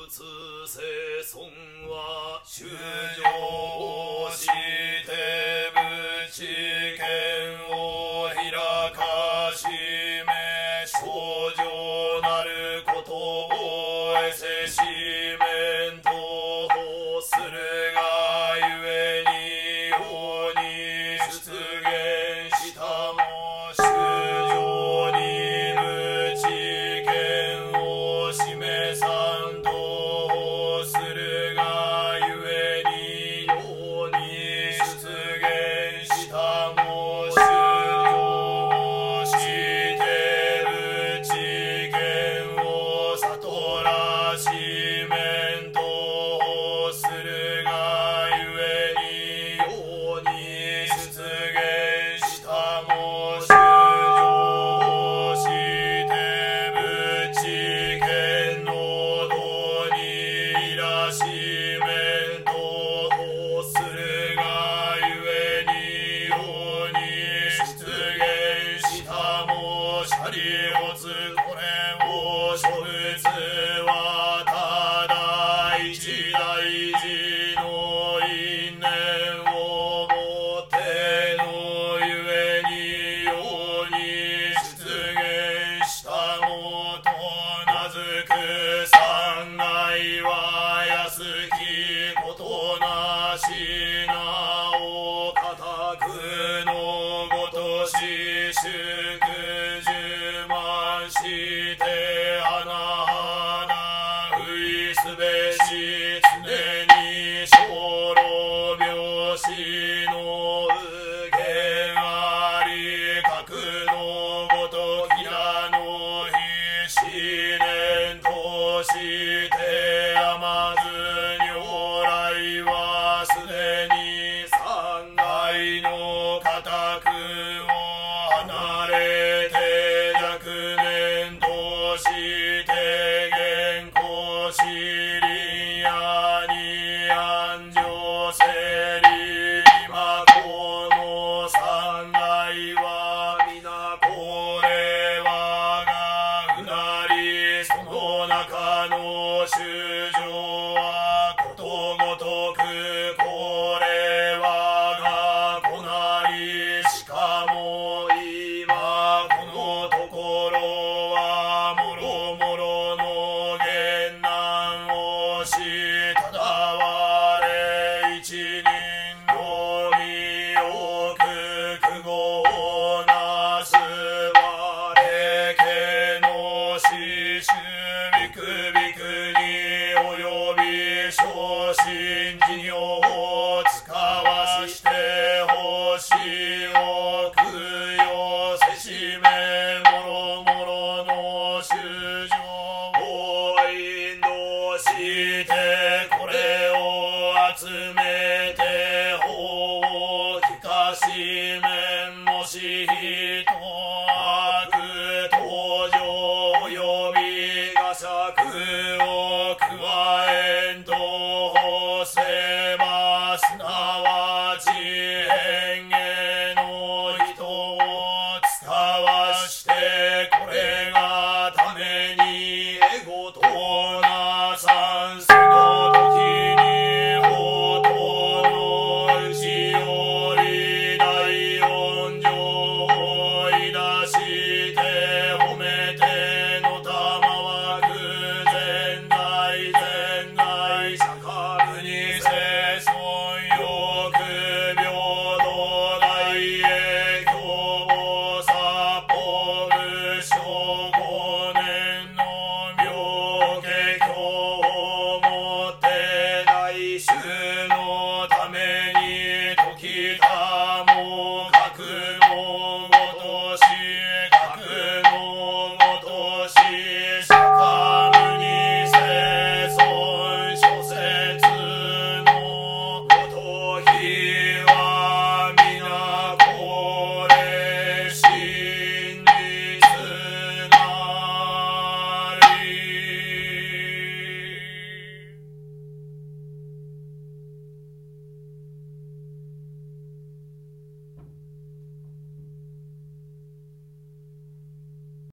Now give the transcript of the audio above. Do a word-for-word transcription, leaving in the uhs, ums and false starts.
仏世尊は修行して仏知見を開かしめ正常なることを得せしめんとするがゆえに世に出現したも修上に無知見を示さんとするがゆえに世に出現したも修上して無知見を悟らしめんとするがゆえに世に出現したも修上して無知見の度にいらしめんとするがゆえに世に出現したもシャリオツこれを諸仏はただ一大事の因縁をもってのゆえに世に出現したもと名付く三害は安きことなしなお固くのごとし祝十万して花々不意すべし常に生老病死の右見あり格のごときらの非思念として甘ず如来はすでに三害の固くを離れて若年として現行し林野に安城せり今この三害は皆これはがうなりその中の衆生はことごとくこれはがこなりしかも今このところはもろもろの現難をしただわれ一人のみ多く苦語をなすわれけのし主びくびくに及び昇進事業を使わしてほしを供養せしめん